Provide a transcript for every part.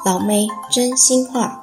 老妹真心话。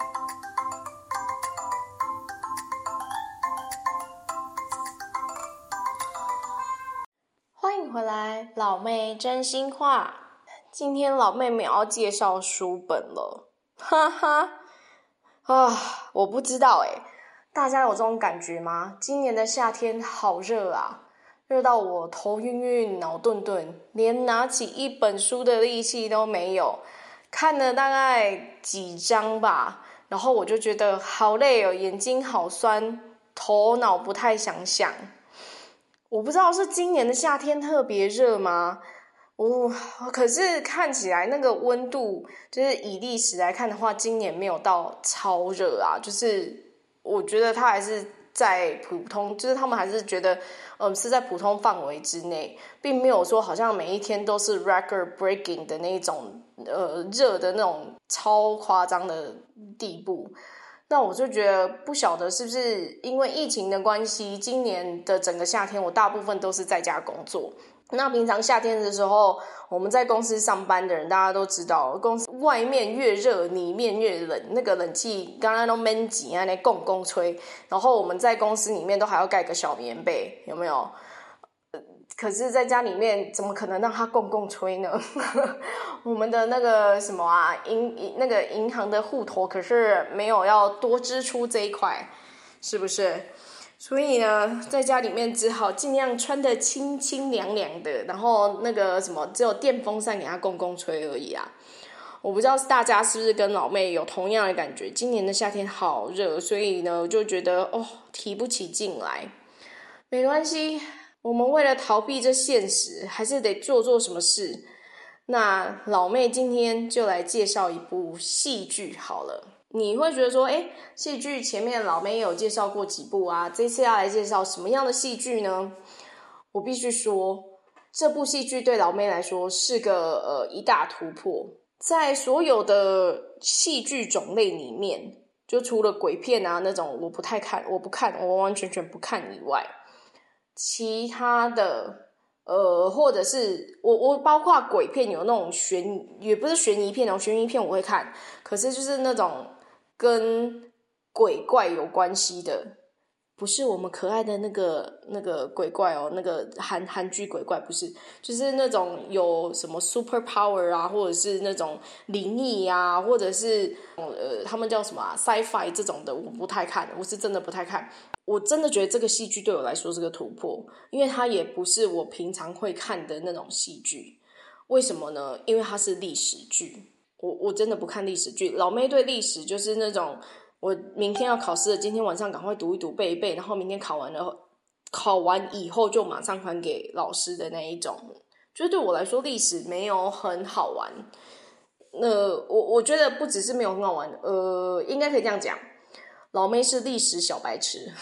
欢迎回来，老妹真心话。今天老妹们要介绍书本了，哈哈我不知道大家有这种感觉吗？今年的夏天好热啊，热到我头晕晕脑顿顿，连拿起一本书的力气都没有，看了大概几章吧，然后我就觉得好累哦，眼睛好酸，头脑不太想想。我不知道是今年的夏天特别热吗？可是看起来那个温度，就是以历史来看的话，今年没有到超热啊，就是我觉得它还是在普通，就是他们还是觉得是在普通范围之内，并没有说好像每一天都是 record breaking 的那种热的那种超夸张的地步。那我就觉得不晓得是不是因为疫情的关系，今年的整个夏天我大部分都是在家工作。那平常夏天的时候，我们在公司上班的人大家都知道，公司外面越热里面越冷，那个冷气刚刚都闷挤啊，那公吹，然后我们在公司里面都还要盖个小棉被，有没有？可是在家里面怎么可能让它公吹呢？我们的那个什么啊，那个银行的户头可是没有要多支出这一块，是不是？所以呢，在家里面只好尽量穿得清清凉凉的，然后那个什么，只有电风扇给它公吹而已啊。我不知道大家是不是跟老妹有同样的感觉，今年的夏天好热，所以呢，我就觉得提不起劲来。没关系，我们为了逃避这现实，还是得做什么事。那老妹今天就来介绍一部戏剧好了。你会觉得说戏剧前面老妹有介绍过几部啊，这次要来介绍什么样的戏剧呢？我必须说，这部戏剧对老妹来说是个一大突破。在所有的戏剧种类里面，就除了鬼片啊那种我不看，我完完全不看以外，其他的或者是我包括鬼片有那种也不是悬疑片悬疑片我会看，可是就是那种跟鬼怪有关系的，不是我们可爱的那个鬼怪那个韩剧鬼怪，不是，就是那种有什么 super power 啊，或者是那种灵异啊，或者是他们叫什么sci-fi 这种的，我不太看，我是真的不太看。我真的觉得这个戏剧对我来说是个突破，因为它也不是我平常会看的那种戏剧。为什么呢？因为它是历史剧。我真的不看历史剧，老妹对历史就是那种我明天要考试了，今天晚上赶快读一读背一背，然后明天考完以后就马上还给老师的那一种。就对我来说历史没有很好玩。我觉得不只是没有很好玩，应该可以这样讲，老妹是历史小白痴。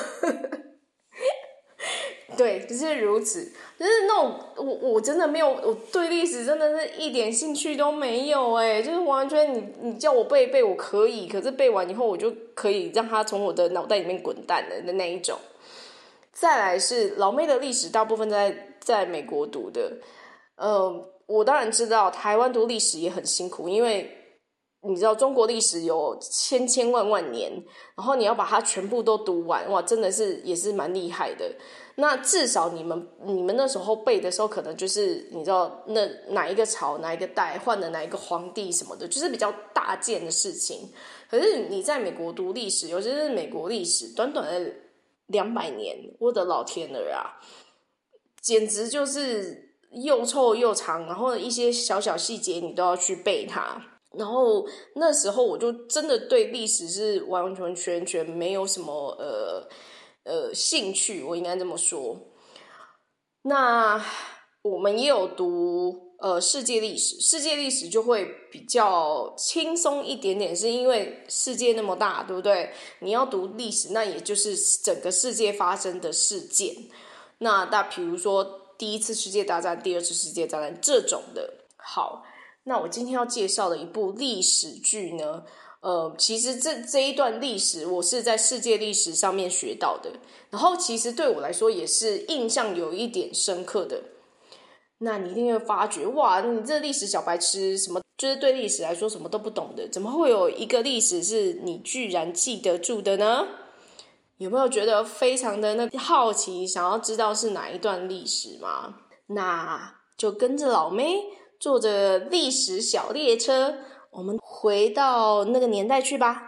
对，就是如此，就是那种我真的没有，我对历史真的是一点兴趣都没有就是完全你叫我背一背我可以，可是背完以后我就可以让它从我的脑袋里面滚蛋的那一种。再来是老妹的历史大部分在美国读的，我当然知道台湾读历史也很辛苦，因为你知道中国历史有千万年，然后你要把它全部都读完，哇，真的是也是蛮厉害的。那至少你们那时候背的时候，可能就是你知道那哪一个朝哪一个代换了哪一个皇帝什么的，就是比较大件的事情。可是你在美国读历史，尤其是美国历史，短短的200年，我的老天儿啊，简直就是又臭又长，然后一些小细节你都要去背它。然后那时候我就真的对历史是完完全没有什么兴趣，我应该这么说。那我们也有读世界历史就会比较轻松一点点，是因为世界那么大，对不对？你要读历史，那也就是整个世界发生的事件。那比如说第一次世界大战、第二次世界大战这种的。好，那我今天要介绍的一部历史剧呢，其实这一段历史我是在世界历史上面学到的，然后其实对我来说也是印象有一点深刻的。那你一定会发觉，哇，你这历史小白痴什么就是对历史来说什么都不懂的，怎么会有一个历史是你居然记得住的呢？有没有觉得非常的好奇，想要知道是哪一段历史吗？那就跟着老妹坐着历史小列车，我们回到那个年代去吧。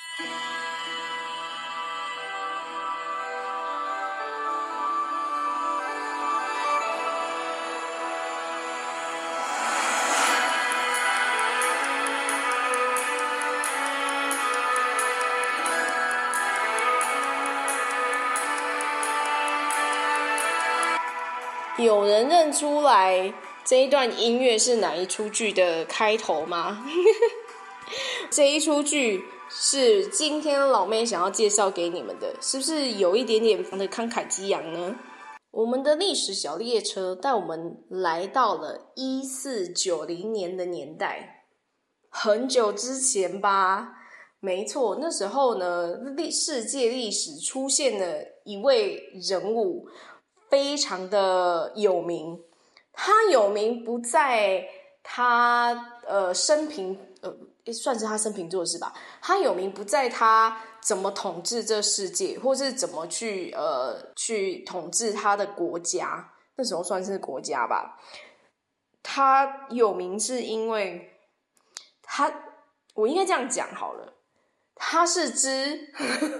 有人认出来这一段音乐是哪一出剧的开头吗？这一出剧是今天老妹想要介绍给你们的，是不是有一点点的慷慨激昂呢？我们的历史小列车带我们来到了1490年的年代，很久之前吧。没错，那时候呢，世界历史出现了一位人物，非常的有名。他有名不在他生平算是他生平做的事吧。他有名不在他怎么统治这世界，或是怎么去统治他的国家，那时候算是国家吧。他有名是因为我应该这样讲好了，他是只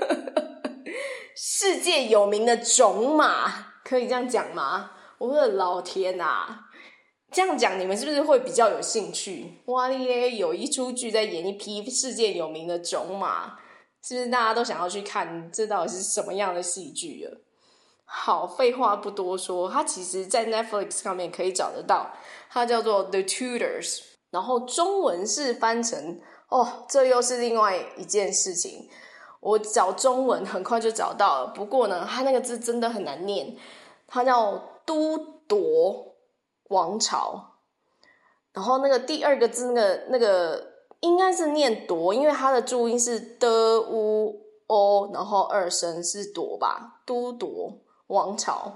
世界有名的种马，可以这样讲吗？我的老天啊，这样讲你们是不是会比较有兴趣？哇咧，有一出剧在演一批世界有名的种马，是不是大家都想要去看这到底是什么样的戏剧了？好，废话不多说，它其实在 Netflix 上面可以找得到，它叫做 The Tudors， 然后中文是翻成这又是另外一件事情，我找中文很快就找到了，不过呢它那个字真的很难念，它叫都铎王朝，然后那个第二个字那个应该是念铎，因为它的注音是的乌哦，然后二声是铎吧，都铎王朝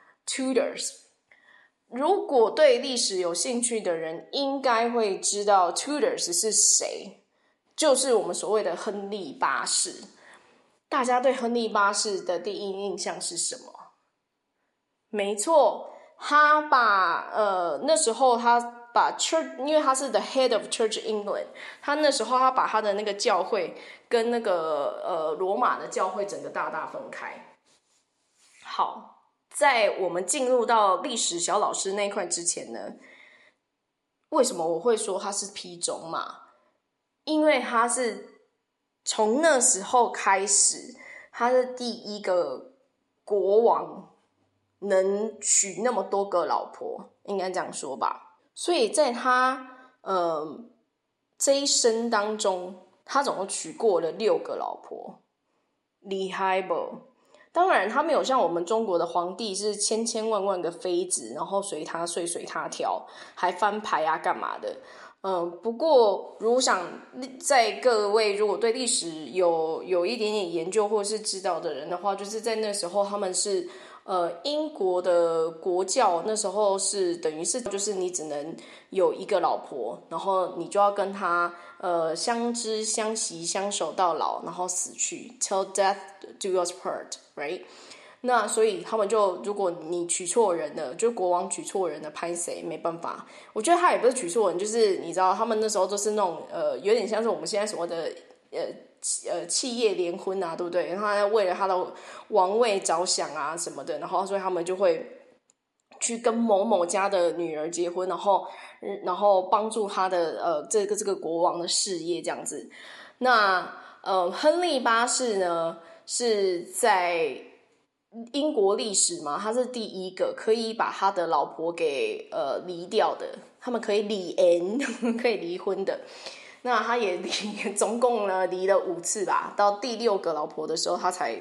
Tudors。 如果对历史有兴趣的人应该会知道 Tudors 是谁，就是我们所谓的亨利八世。大家对亨利八世的第一印象是什么？没错，他把那时候他把 church， 因为他是 the head of Church England， 他那时候他把他的那个教会跟那个罗马的教会整个大大分开。好，在我们进入到历史小老师那一块之前呢，为什么我会说他是匹种马？因为他是从那时候开始，他是第一个国王能娶那么多个老婆，应该这样说吧。所以在他这一生当中，他总共娶过了6个老婆，厉害不？当然他没有像我们中国的皇帝是千千万万个妃子，然后随他睡随他挑，还翻牌啊干嘛的。不过如果想在各位如果对历史有一点点研究或是知道的人的话，就是在那时候他们是英国的国教，那时候是等于是就是你只能有一个老婆，然后你就要跟她相知相惜相守到老，然后死去 till death do us part， right？ 那所以他们就如果你娶错人了，就国王娶错人了，拍谁没办法。我觉得他也不是娶错人，就是你知道他们那时候都是那种有点像是我们现在所谓的企业联婚啊，对不对？然后他为了他的王位着想啊什么的，然后所以他们就会去跟某某家的女儿结婚，然后帮助他的这个国王的事业这样子。那亨利八世呢是在英国历史嘛，他是第一个可以把他的老婆给离掉的，他们可以离婚可以离婚的。那他也总共呢离了5次吧，到第6个老婆的时候他才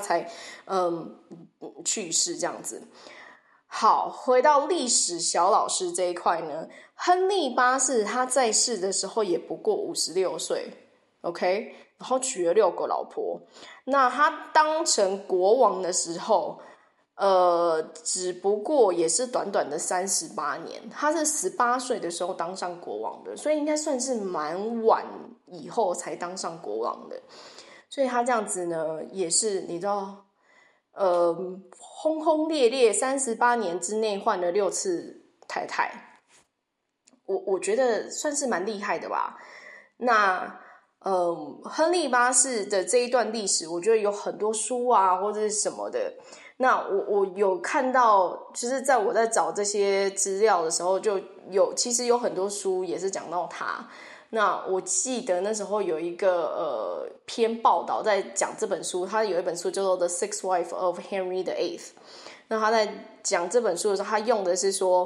去世这样子。好，回到历史小老师这一块呢，亨利八世他在世的时候也不过56岁 OK， 然后娶了6个老婆。那他当成国王的时候只不过也是短短的38年，他是18岁的时候当上国王的，所以应该算是蛮晚以后才当上国王的。所以他这样子呢，也是你知道，轰轰烈烈38年之内换了6次太太，我觉得算是蛮厉害的吧。那亨利八世的这一段历史，我觉得有很多书啊或者是什么的。那我有看到，就是在我在找这些资料的时候，其实有很多书也是讲到他。那我记得那时候有一个篇报道在讲这本书，他有一本书叫做《The Sixth Wife of Henry VIII》。那他在讲这本书的时候，他用的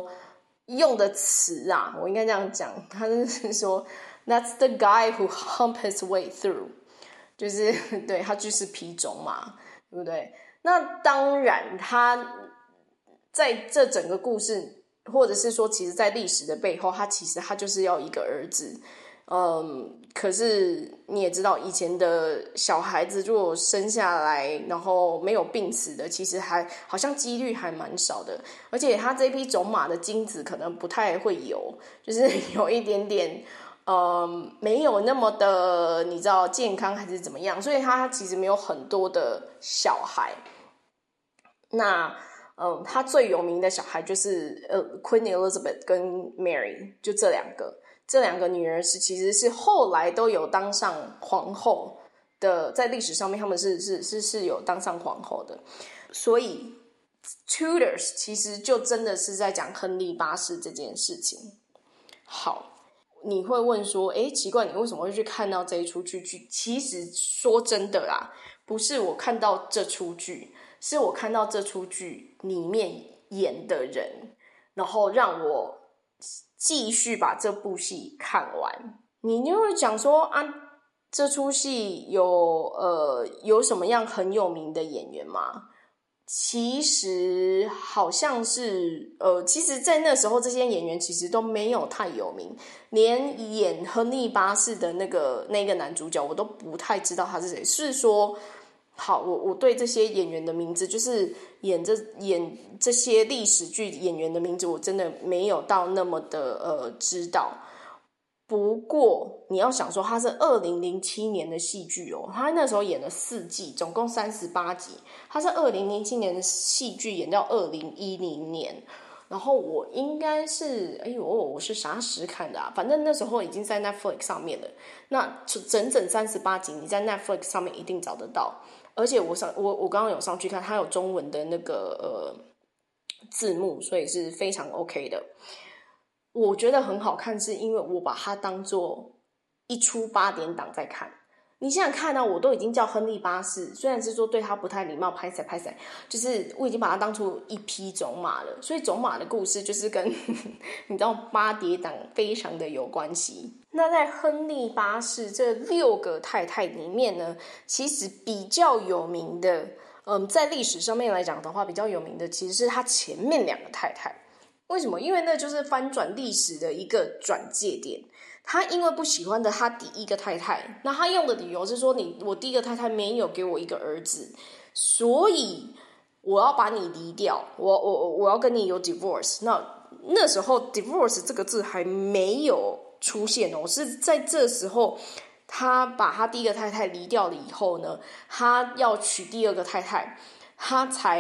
词啊，我应该这样讲，他就是说 That's the guy who humped his way through， 就是对，他就是皮种嘛，对不对？那当然他在这整个故事，或者是说其实在历史的背后，他就是要一个儿子。可是你也知道，以前的小孩子如果生下来然后没有病死的，其实好像几率还蛮少的。而且他这匹种马的精子可能不太会游，就是有一点点没有那么的你知道健康还是怎么样，所以他其实没有很多的小孩。那他最有名的小孩就是Queen Elizabeth 跟 Mary， 就这两个女儿其实是后来都有当上皇后的，在历史上面他们是有当上皇后的。所以 Tudors 其实就真的是在讲亨利八世这件事情。好，你会问说奇怪，你为什么会去看到这一出剧？其实说真的啦，不是我看到这出剧，是我看到这出剧里面演的人，然后让我继续把这部戏看完。你就会讲说啊，这出戏有什么样很有名的演员吗？其实好像是其实在那时候这些演员其实都没有太有名，连演亨利八世的那个男主角我都不太知道他是谁。是说好，我对这些演员的名字，就是演这些历史剧演员的名字，我真的没有到那么的知道。不过你要想说，他是2007年的戏剧哦，他那时候演了4季，总共38集。他是2007年的戏剧演到2010年，然后我应该是我是啥时看的啊？反正那时候已经在 Netflix 上面了。那整38集，你在 Netflix 上面一定找得到。而且我刚刚有上去看，它有中文的那个字幕，所以是非常 OK 的。我觉得很好看，是因为我把它当做一出8点档在看。你想想看到我都已经叫亨利八世，虽然是说对他不太礼貌，拍谁，就是我已经把他当出一匹种马了。所以种马的故事就是跟你知道8点档非常的有关系。那在亨利八世这6个太太里面呢，其实比较有名的，在历史上面来讲的话，比较有名的其实是他前面2个太太。为什么？因为那就是翻转历史的一个转捩点。他因为不喜欢的他第一个太太，那他用的理由是说我第一个太太没有给我一个儿子，所以我要把你离掉，我要跟你有 divorce。那时候 divorce 这个字还没有出现哦，是在这时候他把他第一个太太离掉了以后呢，他要娶第2个太太，他才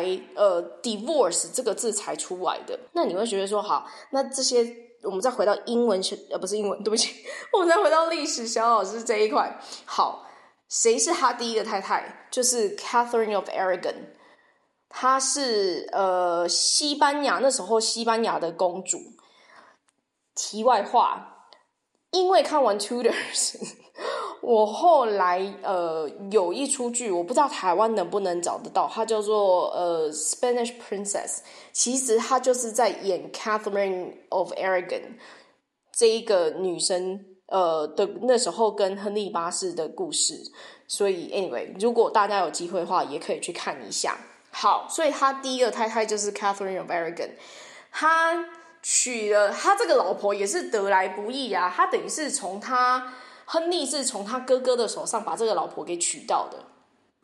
divorce 这个字才出来的。那你会觉得说好，那这些我们再回到不是英文，对不起，我们再回到历史小老师这一块。好，谁是他第一个太太？就是 Catherine of Aragon， 她是那时候西班牙的公主。题外话，因为看完 Tudors 我后来有一出剧，我不知道台湾能不能找得到，它叫做Spanish Princess。其实她就是在演 Catherine of Aragon 这一个女生的那时候跟亨利八世的故事。所以 anyway， 如果大家有机会的话，也可以去看一下。好，所以她第一个太太就是 Catherine of Aragon， 她娶了他这个老婆也是得来不易啊，他等于是亨利是从他哥哥的手上把这个老婆给娶到的。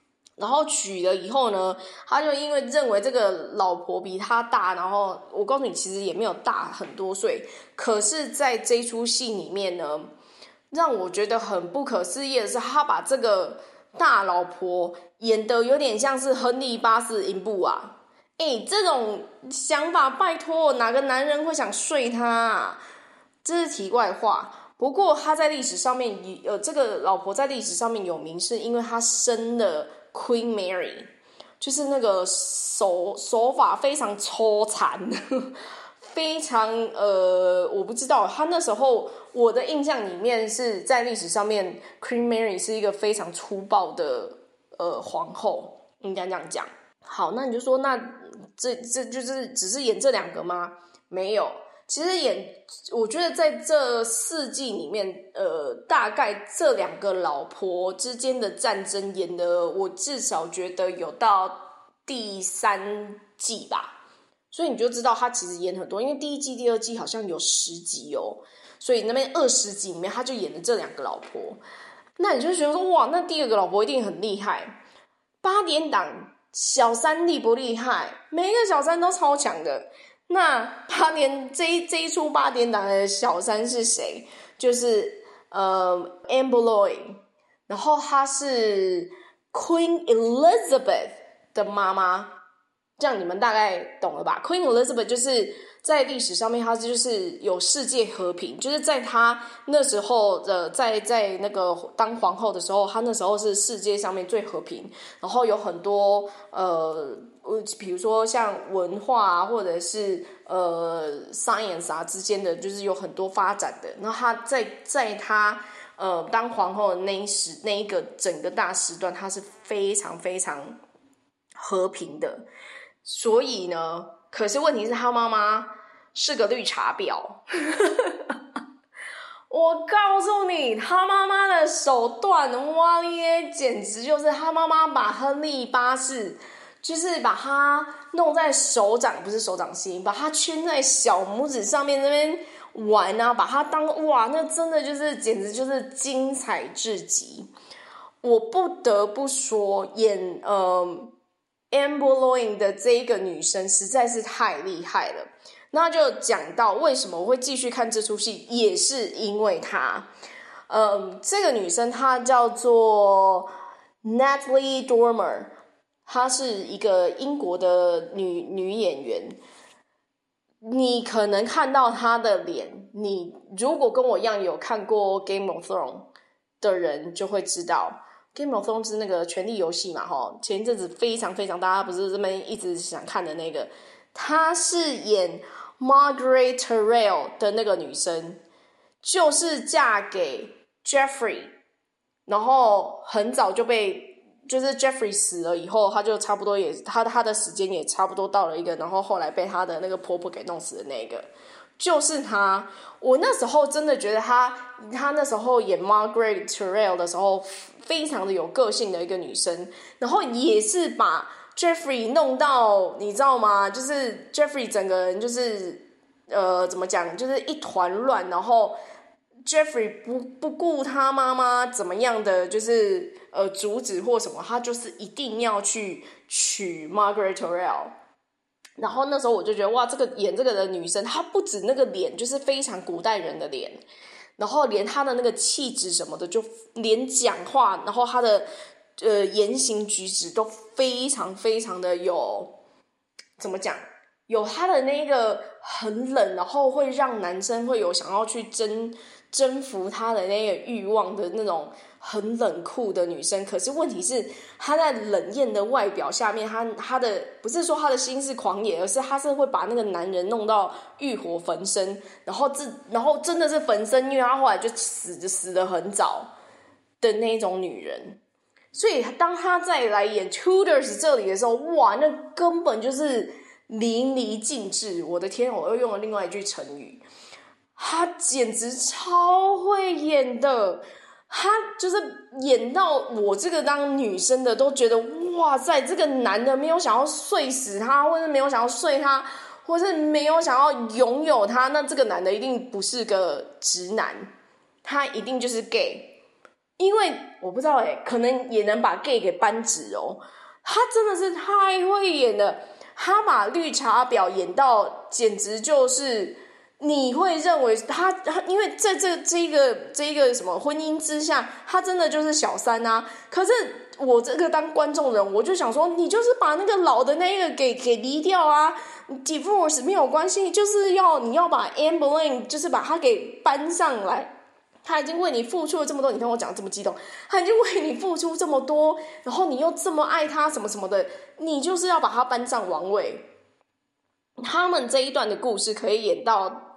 然后娶了以后呢，他就因为认为这个老婆比他大，然后我告诉你，其实也没有大很多岁，可是在这一出戏里面呢，让我觉得很不可思议的是，他把这个大老婆演得有点像是亨利八世银布啊。这种想法，拜托，哪个男人会想睡他啊？这是题外话。不过他在历史上面，这个老婆在历史上面有名，是因为他生了 Queen Mary， 就是那个手法非常抽残，非常我不知道，他那时候我的印象里面是在历史上面 Queen Mary 是一个非常粗暴的皇后，应该这样讲。好，那你就说，那这就是只是演这两个吗？没有，其实我觉得在这4季里面，大概这两个老婆之间的战争演的，我至少觉得有到第3季吧，所以你就知道他其实演很多，因为第1季、第2季好像有10集哦，所以那边20集里面他就演了这两个老婆，那你就觉得说，哇，那第2个老婆一定很厉害，8点档。小三厉不厉害？每一个小三都超强的。那这一出8点档的小三是谁？就是Anne Boleyn， 然后她是 Queen Elizabeth 的妈妈，这样你们大概懂了吧？ Queen Elizabeth 就是在历史上面，她就是有世界和平，就是在她那时候的在那个当皇后的时候，她那时候是世界上面最和平，然后有很多比如说像文化啊，或者是science 啊之间的，就是有很多发展的。然后她在她当皇后的那一个整个大时段，她是非常非常和平的。所以呢，可是问题是他妈妈是个绿茶婊。我告诉你，他妈妈的手段，哇咧，简直就是他妈妈把亨利八世，就是把他弄在不是手掌心，把他圈在小拇指上面那边玩啊，把他当哇，那真的就是简直就是精彩至极。我不得不说，演Anne Boleyn 的这一个女生实在是太厉害了。那就讲到为什么我会继续看这出戏，也是因为她。这个女生她叫做 Natalie Dormer， 她是一个英国的女演员。你可能看到她的脸，你如果跟我一样有看过 Game of Thrones 的人就会知道。Game of Thrones 是那个权力游戏嘛，前一阵子非常非常大家不是这么一直想看的那个，她是演 Margaret Tyrell 的那个女生，就是嫁给 Jeffrey， 然后很早就就是 Jeffrey 死了以后，她就差不多也她的时间也差不多到了一个，然后后来被她的那个婆婆给弄死的那个，就是她。我那时候真的觉得她那时候演 Margaret Tyrell 的时候，非常的有个性的一个女生，然后也是把 Jeffrey 弄到，你知道吗？就是 Jeffrey 整个人就是怎么讲，就是一团乱，然后 Jeffrey 不顾他妈妈怎么样的，就是阻止或什么，他就是一定要去娶 Margaret Tyrell。然后那时候我就觉得哇，演这个的女生，她不止那个脸就是非常古代人的脸，然后连她的那个气质什么的，就连讲话，然后她的言行举止都非常非常的有，怎么讲？有她的那个很冷，然后会让男生会有想要去征服她的那个欲望的那种很冷酷的女生。可是问题是，她在冷艳的外表下面，她的不是说她的心是狂野，而是她是会把那个男人弄到欲火焚身，然后真的是焚身，因为她后来就死得很早的那种女人。所以当她再来演 Tudors 这里的时候，哇，那根本就是淋漓尽致。我的天，我又用了另外一句成语，她简直超会演的。她就是演到我这个当女生的都觉得哇塞，这个男的没有想要睡死她，或者没有想要睡她，或是没有想要拥有她，那这个男的一定不是个直男，他一定就是 gay。 因为我不知道可能也能把 gay 给扳直哦。他真的是太会演了，他把绿茶婊演到简直就是你会认为他因为在这一个什么婚姻之下，他真的就是小三啊。可是我这个当观众人，我就想说，你就是把那个老的那一个给离掉啊 ，divorce 没有关系，就是你要把 Anne Boleyn 就是把他给搬上来。他已经为你付出了这么多，你看我讲这么激动，他已经为你付出这么多，然后你又这么爱他，什么什么的，你就是要把他搬上王位。他们这一段的故事可以演到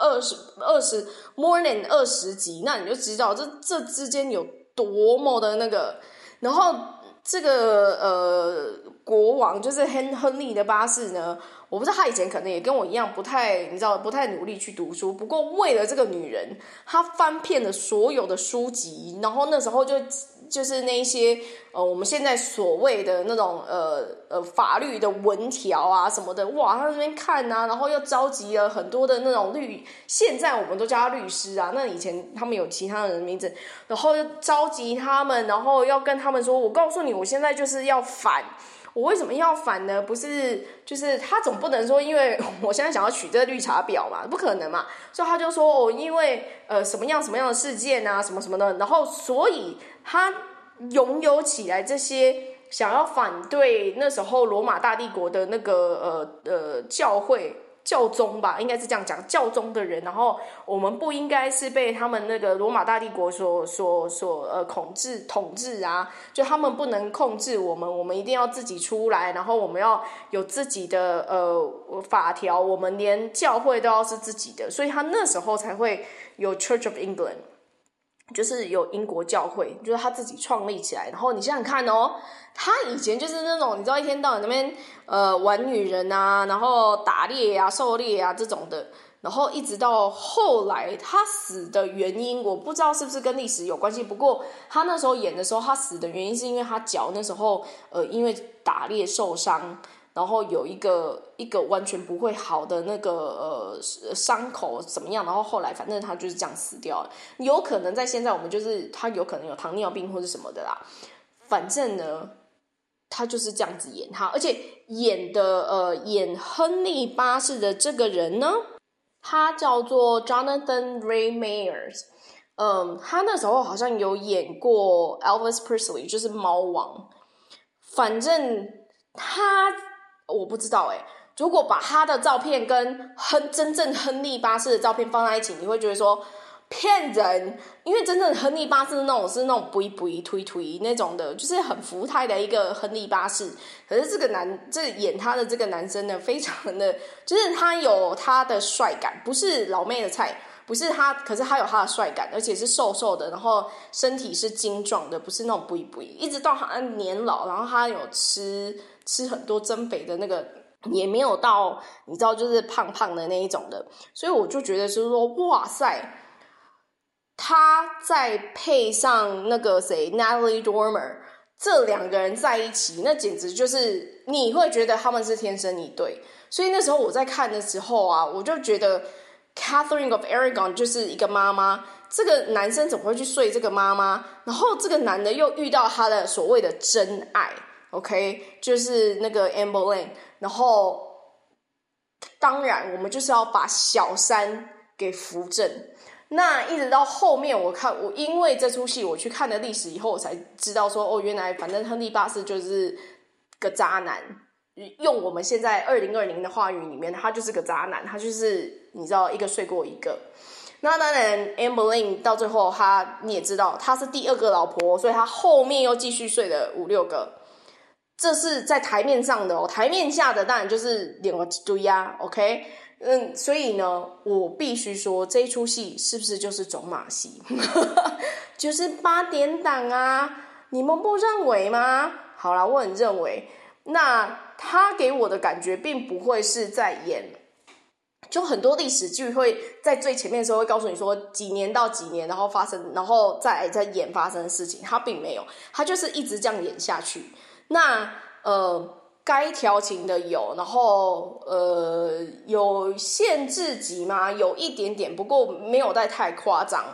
20 more than 20集，那你就知道这之间有多么的那个。然后这个国王就是亨利的八世呢，我不知道他以前可能也跟我一样不太努力去读书，不过为了这个女人，他翻遍了所有的书籍，然后那时候就是那一些我们现在所谓的那种法律的文条啊什么的，哇，他在那边看啊，然后又召集了很多的那种现在我们都叫他律师啊，那以前他们有其他人的名字，然后又召集他们，然后要跟他们说，我告诉你，我现在就是要反。我为什么要反呢？不是，就是他总不能说，因为我现在想要娶这个绿茶婊嘛，不可能嘛。所以他就说因为什么样的事件啊，什么什么的，然后所以他拥有起来这些想要反对那时候罗马大帝国的那个教宗吧，应该是这样讲，教宗的人，然后我们不应该是被他们那个罗马大帝国所统治啊，就他们不能控制我们，我们一定要自己出来，然后我们要有自己的法条，我们连教会都要是自己的，所以他那时候才会有 Church of England。就是有英国教会，就是他自己创立起来。然后你想想看哦，他以前就是那种你知道一天到晚那边玩女人啊，然后打猎啊、狩猎啊这种的。然后一直到后来他死的原因，我不知道是不是跟历史有关系。不过他那时候演的时候，他死的原因是因为他脚那时候因为打猎受伤。然后有一个完全不会好的那个伤口怎么样，然后后来反正他就是这样死掉了。有可能在现在我们就是他有可能有糖尿病或是什么的啦，反正呢他就是这样子演他，而且演亨利八世的这个人呢，他叫做 Jonathan Rhys Meyers。他那时候好像有演过 Elvis Presley， 就是猫王。反正我不知道如果把他的照片跟真正亨利八世的照片放在一起，你会觉得说骗人，因为真正亨利八世是那种不推那种的，就是很福态的一个亨利八世。可是这演他的这个男生呢，非常的就是他有他的帅感，不是老妹的菜，不是他，可是他有他的帅感，而且是瘦瘦的，然后身体是精壮的，不是那种一直到他年老，然后他有吃很多增肥的那个，也没有到你知道就是胖胖的那一种的，所以我就觉得是说哇塞，他再配上那个谁 Natalie Dormer， 这两个人在一起，那简直就是你会觉得他们是天生一对。所以那时候我在看的时候啊，我就觉得 Catherine of Aragon 就是一个妈妈，这个男生怎么会去睡这个妈妈？然后这个男的又遇到他的所谓的真爱 ，OK， 就是那个 Anne Boleyn， 然后当然我们就是要把小三给扶正。那一直到后面我因为这出戏我去看了历史以后，我才知道说原来反正亨利八世就是个渣男，用我们现在2020的话语里面，他就是个渣男，他就是你知道一个睡过一个。那当然 Anne Boleyn 到最后你也知道他是第二个老婆，所以他后面又继续睡了5-6个，这是在台面上的台面下的当然就是两个一堆啊 OK。所以呢，我必须说这一出戏是不是就是种马戏？就是8点档啊，你们不认为吗？好啦，我很认为。那他给我的感觉并不会是在演，就很多历史剧会在最前面的时候会告诉你说几年到几年，然后发生，然后再演发生的事情，他并没有，他就是一直这样演下去。那该调情的有，然后有限制级吗？有一点点，不过没有太夸张。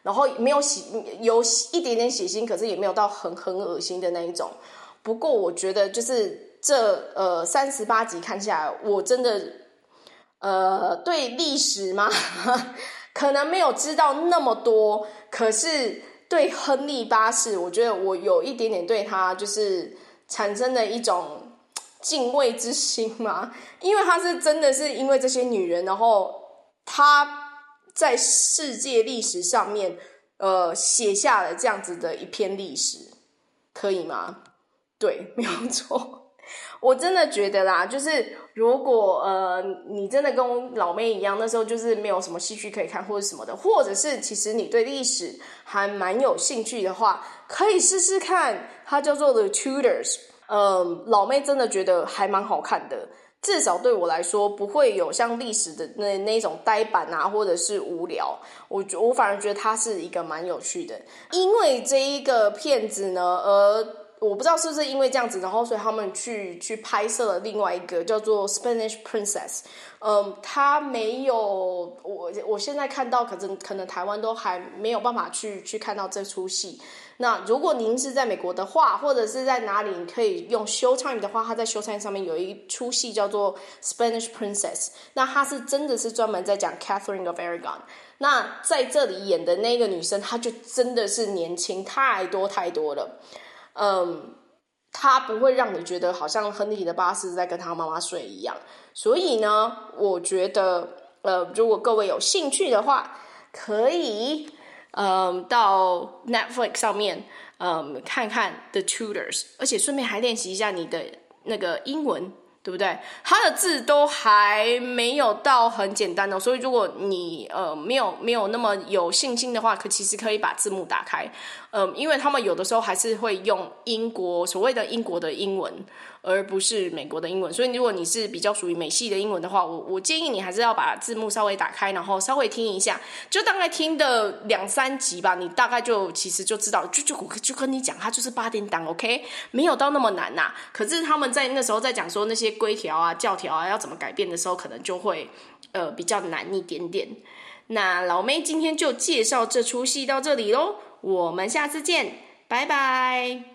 然后没有有一点点血腥，可是也没有到很恶心的那一种。不过我觉得就是这38集看下来，我真的对历史嘛可能没有知道那么多，可是对亨利八世，我觉得我有一点点对他就是产生了一种敬畏之心嘛，因为他是真的是因为这些女人，然后他在世界历史上面写下了这样子的一篇历史，可以吗？对，没有错。我真的觉得啦，就是如果你真的跟老妹一样，那时候就是没有什么戏剧可以看或者什么的，或者是其实你对历史还蛮有兴趣的话，可以试试看，它叫做 The Tudors。老妹真的觉得还蛮好看的，至少对我来说不会有像历史的那种呆板啊，或者是无聊。我反而觉得它是一个蛮有趣的，因为这一个片子呢，我不知道是不是因为这样子，然后所以他们去拍摄了另外一个叫做 Spanish Princess。他没有我现在看到可能台湾都还没有办法去看到这出戏。那如果您是在美国的话，或者是在哪里你可以用 Showtime 的话，它在 Showtime 上面有一出戏叫做 Spanish Princess。那它是真的是专门在讲 Catherine of Aragon。那在这里演的那个女生，她就真的是年轻太多了。他不会让你觉得好像亨利的八世在跟他妈妈睡一样，所以呢，我觉得如果各位有兴趣的话，可以到 Netflix 上面看看 The Tudors， 而且顺便还练习一下你的那个英文，对不对？它的字都还没有到很简单的，所以如果你没有那么有信心的话，其实可以把字幕打开，因为他们有的时候还是会用所谓的英国的英文，而不是美国的英文，所以如果你是比较属于美系的英文的话，我建议你还是要把字幕稍微打开，然后稍微听一下，就大概听的2-3集吧，你大概其实就知道，就跟你讲，它就是8点档 ，OK， 没有到那么难呐。可是他们在那时候在讲说那些规条啊、教条啊要怎么改变的时候，可能就会比较难一点点。那老妹今天就介绍这出戏到这里咯，我们下次见，拜拜。